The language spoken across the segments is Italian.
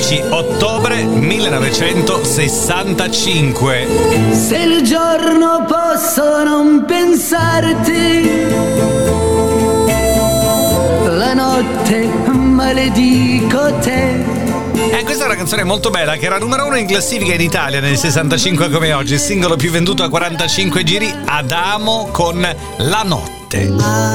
10 ottobre 1965. Se il giorno posso non pensarti, la notte maledico te. Questa è una canzone molto bella che era numero 1 in classifica in Italia nel 65 come oggi, il singolo più venduto a 45 giri, Adamo con La notte.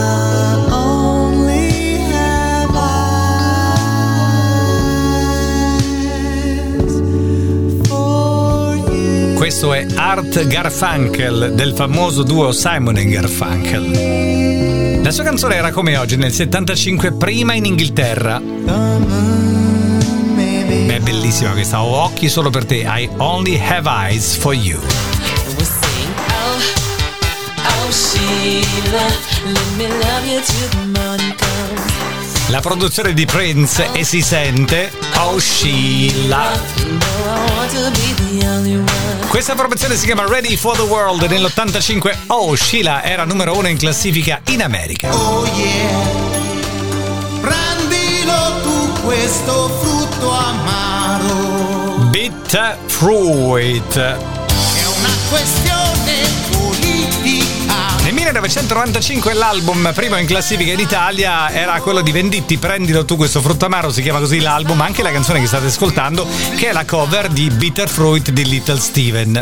Questo è Art Garfunkel del famoso duo Simon & Garfunkel. La sua canzone era come oggi nel 75 prima in Inghilterra. Beh, è bellissima questa, Ho occhi solo per te, I only have eyes for you. La produzione di Prince e si sente Oh Sheila. Questa formazione si chiama Ready for the World. Nell'85 Oh Sheila era numero 1 in classifica in America. Oh yeah, prendilo tu questo frutto amaro. Bitter Fruit. È una questione politica. Nel 1995 l'album primo in classifica in Italia era quello di Venditti, Prendilo tu questo frutto amaro, si chiama così l'album, anche la canzone che state ascoltando che è la cover di Bitter Fruit di Little Steven.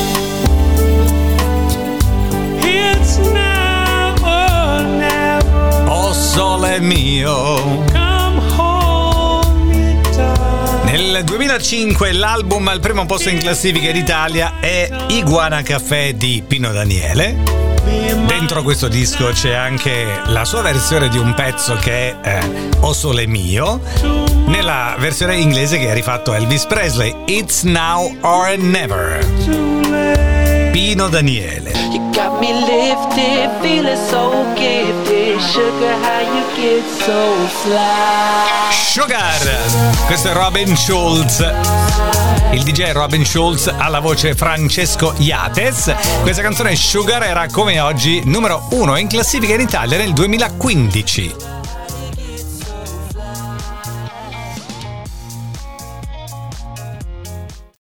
It's now or never. Oh sole mio. Come hold me tight. Nel 2005 l'album al primo posto in classifica in Italia è Iguana Caffè di Pino Daniele. Dentro questo disco c'è anche la sua versione di un pezzo che è O Sole Mio, nella versione inglese che ha rifatto Elvis Presley, It's Now or Never. Pino Daniele. You got me lifted, feeling so gifted. Sugar, how you get so fly. Sugar, questo è Robin Schulz. Il DJ Robin Schulz ha la voce Francesco Iates. Questa canzone Sugar era come oggi numero 1 in classifica in Italia nel 2015.